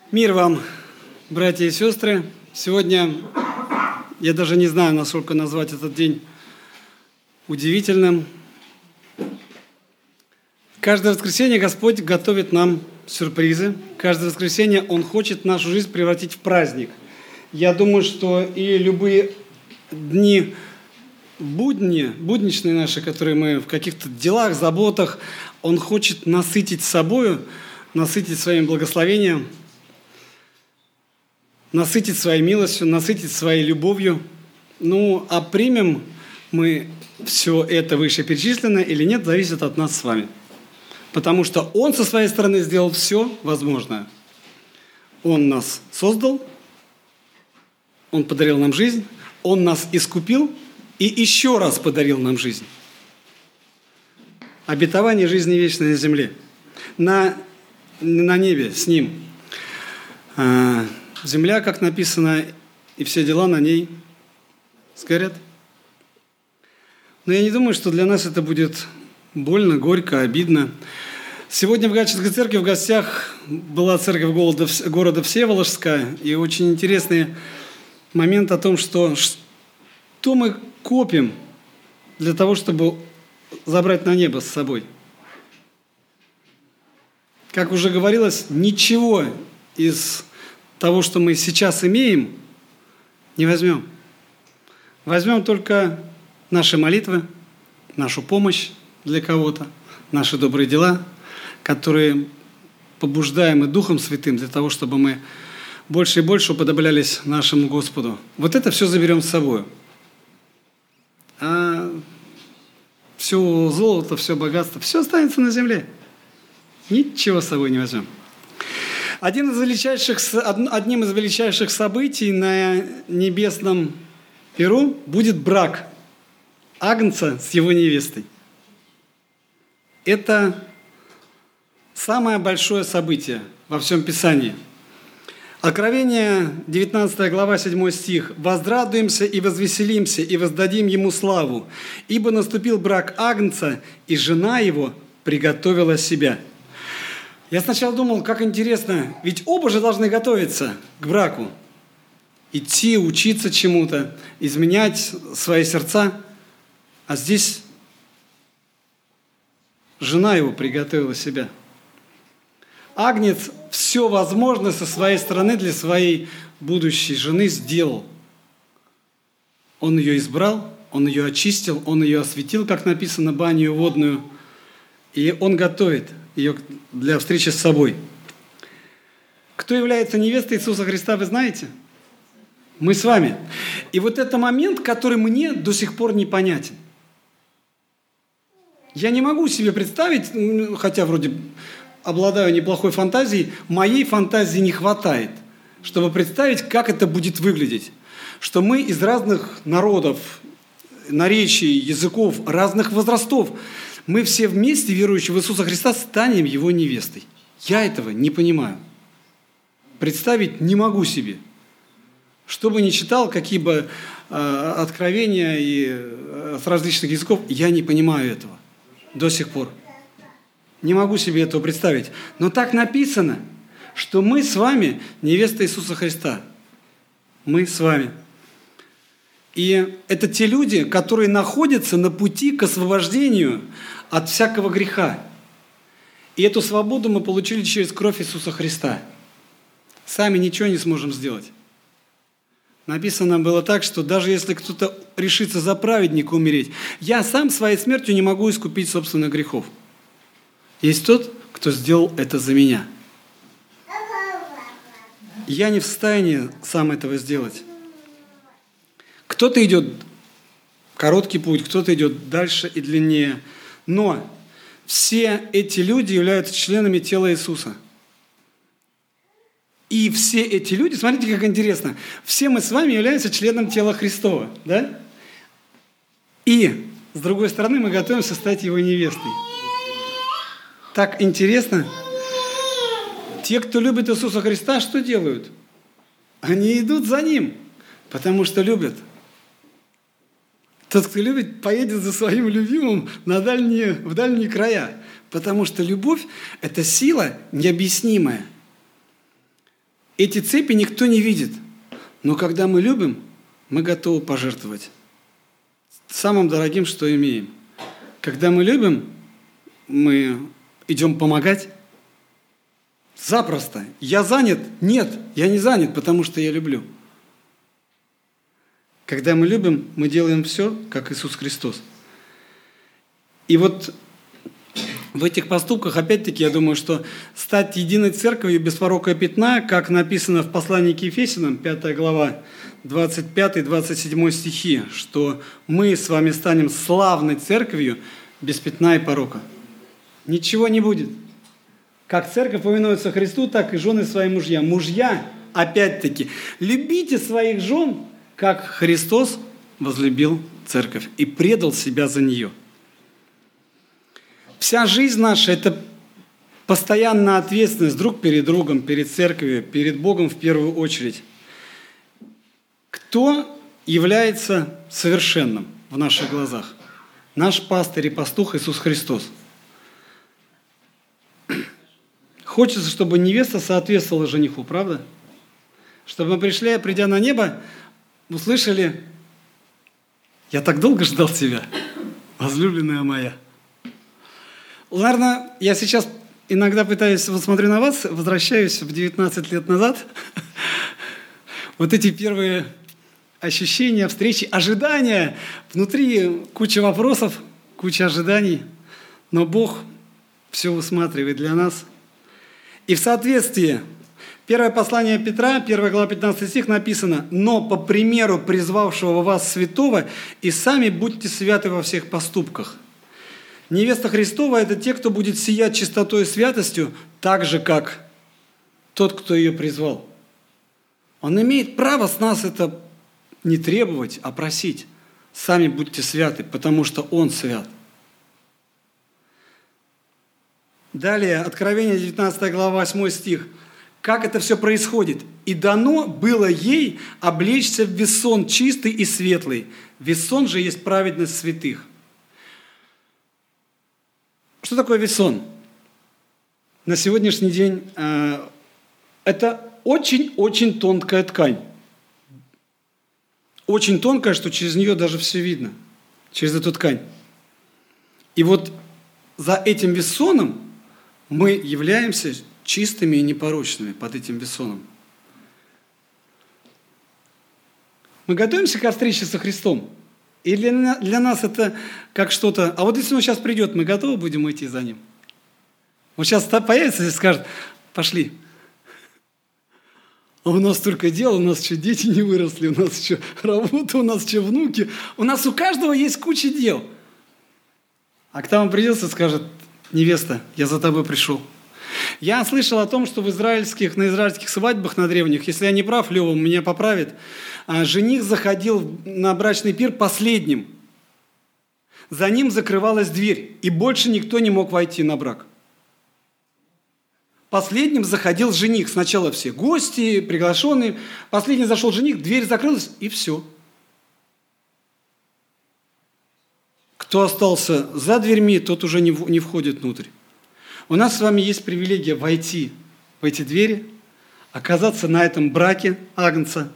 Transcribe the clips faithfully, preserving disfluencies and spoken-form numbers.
Мир вам, братья и сестры! Сегодня я даже не знаю, насколько назвать этот день удивительным. Каждое воскресенье Господь готовит нам сюрпризы. Каждое воскресенье Он хочет нашу жизнь превратить в праздник. Я думаю, что и любые дни будни, будничные наши, которые мы в каких-то делах, заботах, Он хочет насытить собою, насытить своим благословением, насытить своей милостью, насытить своей любовью. Ну, а примем мы все это вышеперечисленное или нет, зависит от нас с вами. Потому что Он со своей стороны сделал все возможное. Он нас создал, Он подарил нам жизнь, Он нас искупил и еще раз подарил нам жизнь. Обетование жизни вечной на земле, на, на небе с Ним. Земля, как написано, и все дела на ней сгорят. Но я не думаю, что для нас это будет больно, горько, обидно. Сегодня в Гатчинской церкви в гостях была церковь города Всеволожска, и очень интересный момент о том, что, что мы копим для того, чтобы забрать на небо с собой. Как уже говорилось, ничего из того, что мы сейчас имеем, не возьмем. Возьмем только наши молитвы, нашу помощь для кого-то, наши добрые дела, которые побуждаем и Духом Святым для того, чтобы мы больше и больше уподоблялись нашему Господу. Вот это все заберем с собой. А все золото, все богатство, все останется на земле. Ничего с собой не возьмем. Один из величайших, одним из величайших событий на небесном перу будет брак Агнца с его невестой. Это самое большое событие во всем Писании. Откровение, девятнадцатая глава, седьмой стих. «Возрадуемся и возвеселимся, и воздадим Ему славу, ибо наступил брак Агнца, и жена Его приготовила себя». Я сначала думал, как интересно, ведь оба же должны готовиться к браку. Идти, учиться чему-то, изменять свои сердца. А здесь жена его приготовила себя. Агнец все возможное со своей стороны для своей будущей жены сделал. Он ее избрал, он ее очистил, он ее осветил, как написано, баню водную. И он готовит ее для встречи с собой. Кто является невестой Иисуса Христа, вы знаете? Мы с вами. И вот это момент, который мне до сих пор непонятен. Я не могу себе представить, хотя вроде обладаю неплохой фантазией, моей фантазии не хватает, чтобы представить, как это будет выглядеть. Что мы из разных народов, наречий, языков, разных возрастов, мы все вместе, верующие в Иисуса Христа, станем Его невестой. Я этого не понимаю. Представить не могу себе. Что бы ни читал, какие бы э, откровения и, э, с различных языков, я не понимаю этого до сих пор. Не могу себе этого представить. Но так написано, что мы с вами невеста Иисуса Христа. Мы с вами. И это те люди, которые находятся на пути к освобождению от всякого греха. И эту свободу мы получили через кровь Иисуса Христа. Сами ничего не сможем сделать. Написано было так, что даже если кто-то решится за праведника умереть, я сам своей смертью не могу искупить собственных грехов. Есть тот, кто сделал это за меня. Я не в состоянии сам этого сделать. Кто-то идет короткий путь, кто-то идет дальше и длиннее. Но все эти люди являются членами тела Иисуса. И все эти люди, смотрите, как интересно, все мы с вами являемся членом тела Христова, да? И, с другой стороны, мы готовимся стать Его невестой. Так интересно. Те, кто любит Иисуса Христа, что делают? Они идут за Ним, потому что любят. Тот, кто любит, поедет за своим любимым на дальние, в дальние края, потому что любовь – это сила необъяснимая. Эти цепи никто не видит. Но когда мы любим, мы готовы пожертвовать самым дорогим, что имеем. Когда мы любим, мы идем помогать. Запросто. Я занят? Нет, я не занят, потому что я люблю. Когда мы любим, мы делаем все, как Иисус Христос. И вот в этих поступках, опять-таки, я думаю, что стать единой церковью без порока и пятна, как написано в послании к Ефесянам, пятая глава, двадцать пятый двадцать седьмой стихи, что мы с вами станем славной церковью без пятна и порока. Ничего не будет. Как церковь повинуется Христу, так и жены своим мужьям. Мужья, опять-таки, любите своих жен, как Христос возлюбил церковь и предал себя за нее. Вся жизнь наша – это постоянная ответственность друг перед другом, перед церковью, перед Богом в первую очередь. Кто является совершенным в наших глазах? Наш пастырь и пастух Иисус Христос. Хочется, чтобы невеста соответствовала жениху, правда? Чтобы мы пришли, придя на небо, услышали: «Я так долго ждал тебя, возлюбленная моя». Наверное, я сейчас иногда пытаюсь, вот смотрю на вас, возвращаюсь в девятнадцать лет назад. Вот эти первые ощущения, встречи, ожидания. Внутри куча вопросов, куча ожиданий. Но Бог все усматривает для нас. И в соответствии, первое послание Петра, первая глава, пятнадцатый стих написано: «Но по примеру призвавшего вас святого, и сами будьте святы во всех поступках». Невеста Христова – это те, кто будет сиять чистотой и святостью, так же, как тот, кто ее призвал. Он имеет право с нас это не требовать, а просить. Сами будьте святы, потому что Он свят. Далее, Откровение, девятнадцатая глава, восьмой стих. Как это все происходит? «И дано было ей облечься в весон чистый и светлый. Весон же есть праведность святых». Что такое весон? На сегодняшний день э, это очень-очень тонкая ткань. Очень тонкая, что через нее даже все видно. Через эту ткань. И вот за этим весоном мы являемся чистыми и непорочными под этим весоном. Мы готовимся к встрече со Христом? Или для нас это как что-то... А вот если Он сейчас придет, мы готовы будем идти за Ним? Он сейчас появится и скажет: «Пошли». А у нас столько дел, у нас что, дети не выросли, у нас что, работа, у нас что, внуки. У нас у каждого есть куча дел. А к нам придется и скажет: «Невеста, я за тобой пришел». Я слышал о том, что в израильских, на израильских свадьбах, на древних, если я не прав, Лева меня поправит, жених заходил на брачный пир последним. За ним закрывалась дверь, и больше никто не мог войти на брак. Последним заходил жених. Сначала все гости, приглашенные. Последний зашел жених, дверь закрылась, и все. Кто остался за дверьми, тот уже не, не входит внутрь. У нас с вами есть привилегия войти в эти двери, оказаться на этом браке Агнца.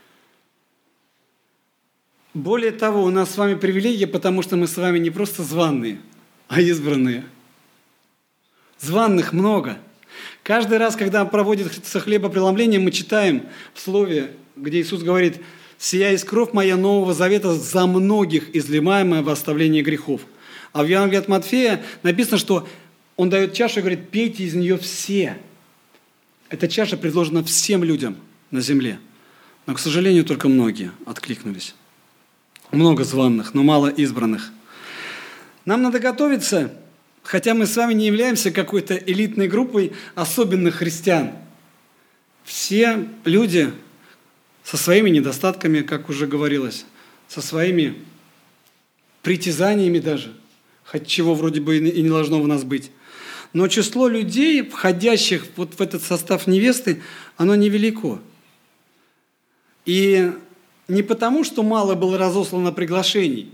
Более того, у нас с вами привилегия, потому что мы с вами не просто званые, а избранные. Званых много. Каждый раз, когда проводится хлебопреломление, мы читаем в Слове, где Иисус говорит: «Сия есть кровь моя нового завета, за многих изливаемая во оставление грехов». А в Евангелии от Матфея написано, что Он дает чашу и говорит: «Пейте из нее все». Эта чаша предложена всем людям на земле. Но, к сожалению, только многие откликнулись. Много званых, но мало избранных. Нам надо готовиться, хотя мы с вами не являемся какой-то элитной группой особенных христиан. Все люди со своими недостатками, как уже говорилось, со своими притязаниями даже, хоть чего вроде бы и не должно в нас быть. Но число людей, входящих вот в этот состав невесты, оно невелико. И не потому, что мало было разослано приглашений,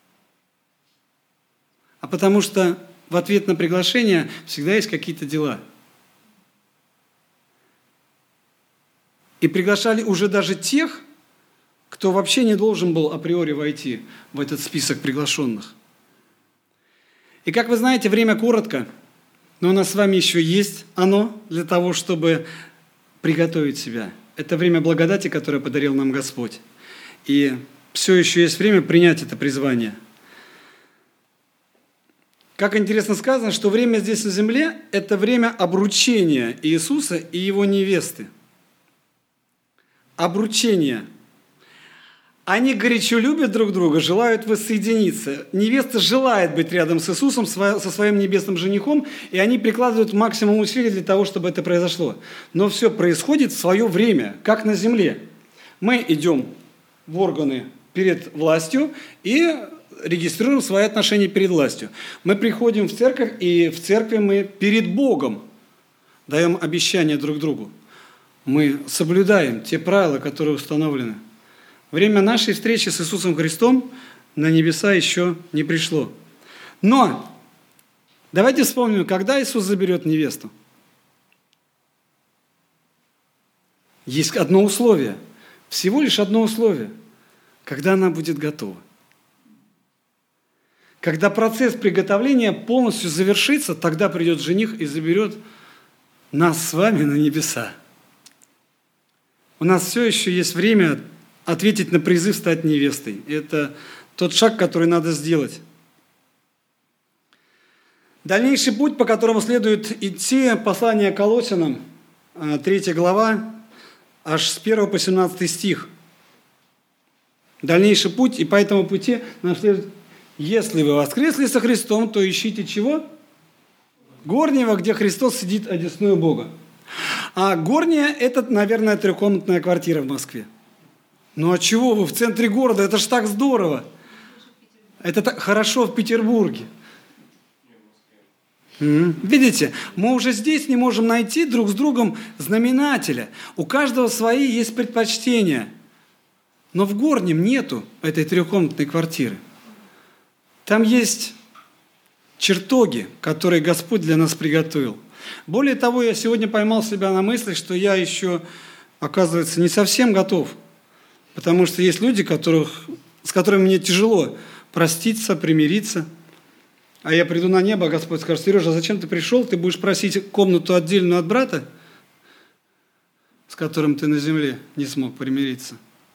а потому что в ответ на приглашение всегда есть какие-то дела. И приглашали уже даже тех, кто вообще не должен был априори войти в этот список приглашенных. И как вы знаете, время коротко, но у нас с вами еще есть оно для того, чтобы приготовить себя. Это время благодати, которое подарил нам Господь. И все еще есть время принять это призвание. Как интересно сказано, что время здесь на земле – это время обручения Иисуса и Его невесты. Обручение. Они горячо любят друг друга, желают воссоединиться. Невеста желает быть рядом с Иисусом, со своим небесным женихом, и они прикладывают максимум усилий для того, чтобы это произошло. Но все происходит в свое время, как на земле. Мы идем в органы перед властью и регистрируем свои отношения перед властью. Мы приходим в церковь, и в церкви мы перед Богом даем обещания друг другу. Мы соблюдаем те правила, которые установлены. Время нашей встречи с Иисусом Христом на небеса еще не пришло. Но давайте вспомним, когда Иисус заберет невесту. Есть одно условие, всего лишь одно условие, когда она будет готова. Когда процесс приготовления полностью завершится, тогда придет жених и заберет нас с вами на небеса. У нас все еще есть время ответить на призыв стать невестой. Это тот шаг, который надо сделать. Дальнейший путь, по которому следует идти, послание Колоссянам, третья глава, аж с первого по семнадцатый стих. Дальнейший путь, и по этому пути нам следует: если вы воскресли со Христом, то ищите чего? Горнего, где Христос сидит одесную Бога. А горняя – это, наверное, трехкомнатная квартира в Москве. Ну а чего вы в центре города? Это ж так здорово. Это так хорошо в Петербурге. Видите, мы уже здесь не можем найти друг с другом знаменателя. У каждого свои есть предпочтения. Но в Горнем нету этой трехкомнатной квартиры. Там есть чертоги, которые Господь для нас приготовил. Более того, я сегодня поймал себя на мысли, что я еще, оказывается, не совсем готов. Потому что есть люди, которых, с которыми мне тяжело проститься, примириться. А я приду на небо, а Господь скажет: Сережа, зачем ты пришел? Ты будешь просить комнату отдельную от брата, с которым ты на земле не смог примириться.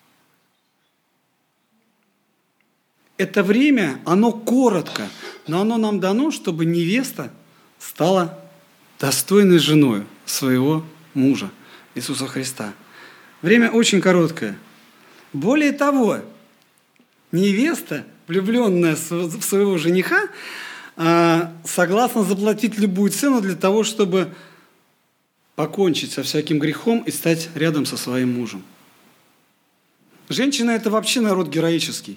Это время, оно коротко, но оно нам дано, чтобы невеста стала достойной женой своего мужа, Иисуса Христа. Время очень короткое. Более того, невеста, влюбленная в своего жениха, согласна заплатить любую цену для того, чтобы покончить со всяким грехом и стать рядом со своим мужем. Женщина – это вообще народ героический.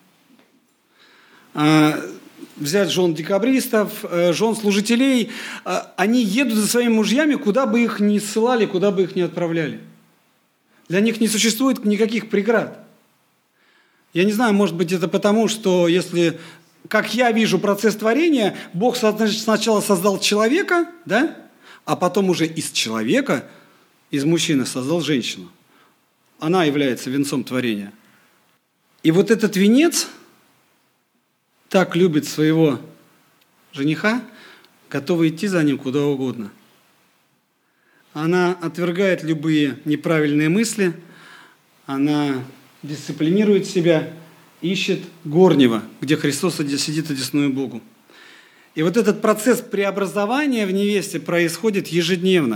Взять жен декабристов, жен служителей, они едут за своими мужьями, куда бы их ни ссылали, куда бы их ни отправляли. Для них не существует никаких преград. Я не знаю, может быть, это потому, что если, как я вижу процесс творения, Бог сначала создал человека, да, а потом уже из человека, из мужчины создал женщину. Она является венцом творения. И вот этот венец так любит своего жениха, готова идти за ним куда угодно. Она отвергает любые неправильные мысли, она дисциплинирует себя, ищет горнего, где Христос сидит одесную Богу. И вот этот процесс преобразования в невесте происходит ежедневно.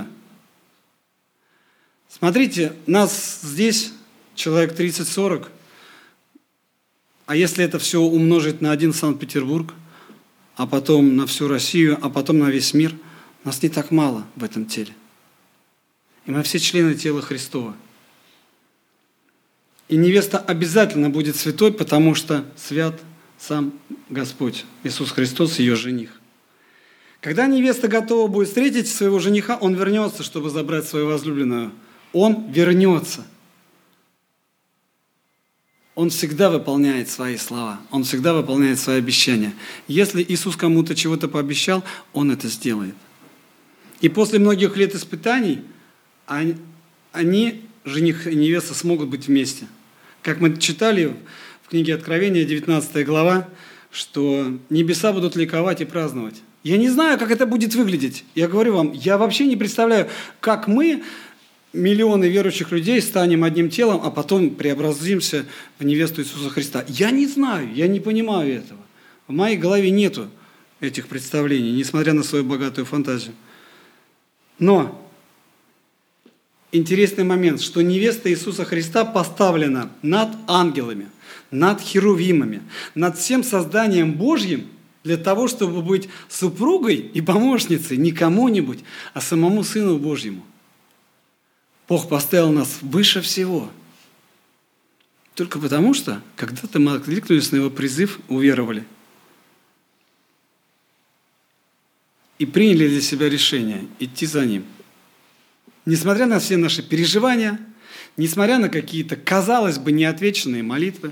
Смотрите, нас здесь человек тридцать-сорок, а если это все умножить на один Санкт-Петербург, а потом на всю Россию, а потом на весь мир, нас не так мало в этом теле. И мы все члены тела Христова. И невеста обязательно будет святой, потому что свят сам Господь, Иисус Христос, ее жених. Когда невеста готова будет встретить своего жениха, он вернется, чтобы забрать свою возлюбленную. Он вернется. Он всегда выполняет свои слова, Он всегда выполняет свои обещания. Если Иисус кому-то чего-то пообещал, Он это сделает. И после многих лет испытаний они жених и невеста смогут быть вместе. Как мы читали в книге Откровения, девятнадцатая глава, что небеса будут ликовать и праздновать. Я не знаю, как это будет выглядеть. Я говорю вам, я вообще не представляю, как мы, миллионы верующих людей, станем одним телом, а потом преобразимся в невесту Иисуса Христа. Я не знаю, я не понимаю этого. В моей голове нету этих представлений, несмотря на свою богатую фантазию. Но интересный момент, что невеста Иисуса Христа поставлена над ангелами, над херувимами, над всем созданием Божьим для того, чтобы быть супругой и помощницей не кому-нибудь, а самому Сыну Божьему. Бог поставил нас выше всего. Только потому, что когда-то мы откликнулись на Его призыв, уверовали. И приняли для себя решение идти за Ним. Несмотря на все наши переживания, несмотря на какие-то, казалось бы, неотвеченные молитвы,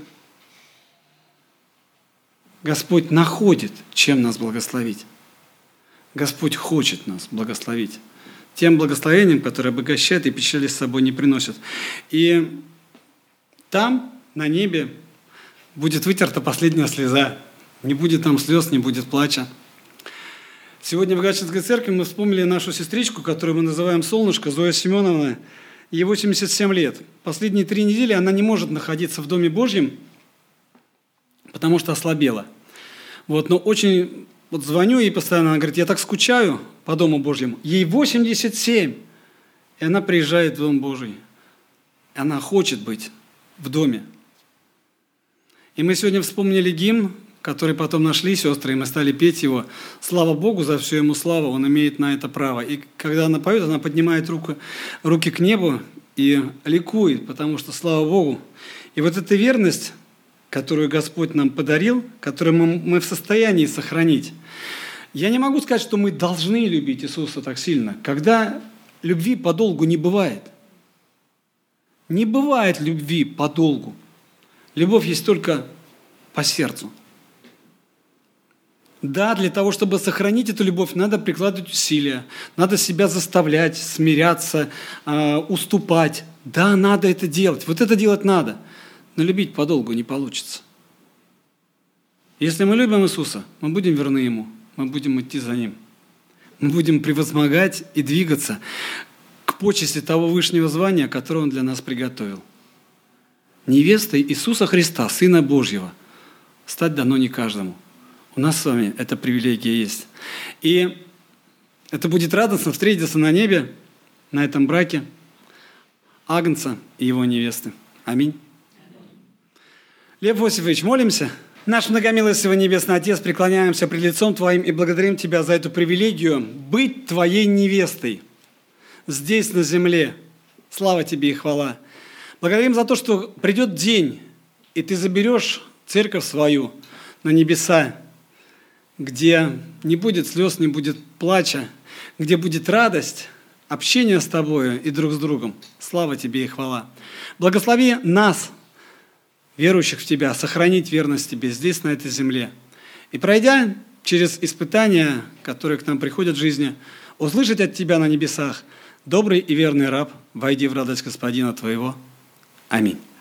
Господь находит, чем нас благословить. Господь хочет нас благословить. Тем благословением, которое обогащает и печали с собой не приносит. И там, на небе, будет вытерта последняя слеза. Не будет там слез, не будет плача. Сегодня в Гатчинской церкви мы вспомнили нашу сестричку, которую мы называем Солнышко, Зоя Семеновна. Ей восемьдесят семь лет. Последние три недели она не может находиться в Доме Божьем, потому что ослабела. Вот, но очень... Вот звоню ей постоянно, она говорит, я так скучаю по Дому Божьему. Ей восемьдесят семь, и она приезжает в Дом Божий. Она хочет быть в доме. И мы сегодня вспомнили гимн, который потом нашли сестры, и мы стали петь его. Слава Богу, за все ему слава, он имеет на это право. И когда она поет, она поднимает руку, руки к небу и ликует, потому что слава Богу. И вот эта верность, которую Господь нам подарил, которую мы, мы в состоянии сохранить. Я не могу сказать, что мы должны любить Иисуса так сильно, когда любви подолгу не бывает. Не бывает любви подолгу. Любовь есть только по сердцу. Да, для того, чтобы сохранить эту любовь, надо прикладывать усилия, надо себя заставлять, смиряться, э, уступать. Да, надо это делать, вот это делать надо. Но любить подолгу не получится. Если мы любим Иисуса, мы будем верны Ему, мы будем идти за Ним. Мы будем превозмогать и двигаться к почести того вышнего звания, которое Он для нас приготовил. Невестой Иисуса Христа, Сына Божьего, стать дано не каждому. У нас с вами эта привилегия есть. И это будет радостно встретиться на небе, на этом браке Агнца и его невесты. Аминь. Лев Иосифович, молимся? Наш многомилостивый Небесный Отец, преклоняемся пред лицом Твоим и благодарим Тебя за эту привилегию быть Твоей невестой здесь, на земле. Слава Тебе и хвала. Благодарим за то, что придет день, и Ты заберешь церковь свою на небеса, где не будет слез, не будет плача, где будет радость, общение с Тобою и друг с другом. Слава Тебе и хвала. Благослови нас, верующих в Тебя, сохранить верность Тебе здесь, на этой земле. И пройдя через испытания, которые к нам приходят в жизни, услышать от Тебя на небесах: добрый и верный раб, войди в радость Господина Твоего. Аминь.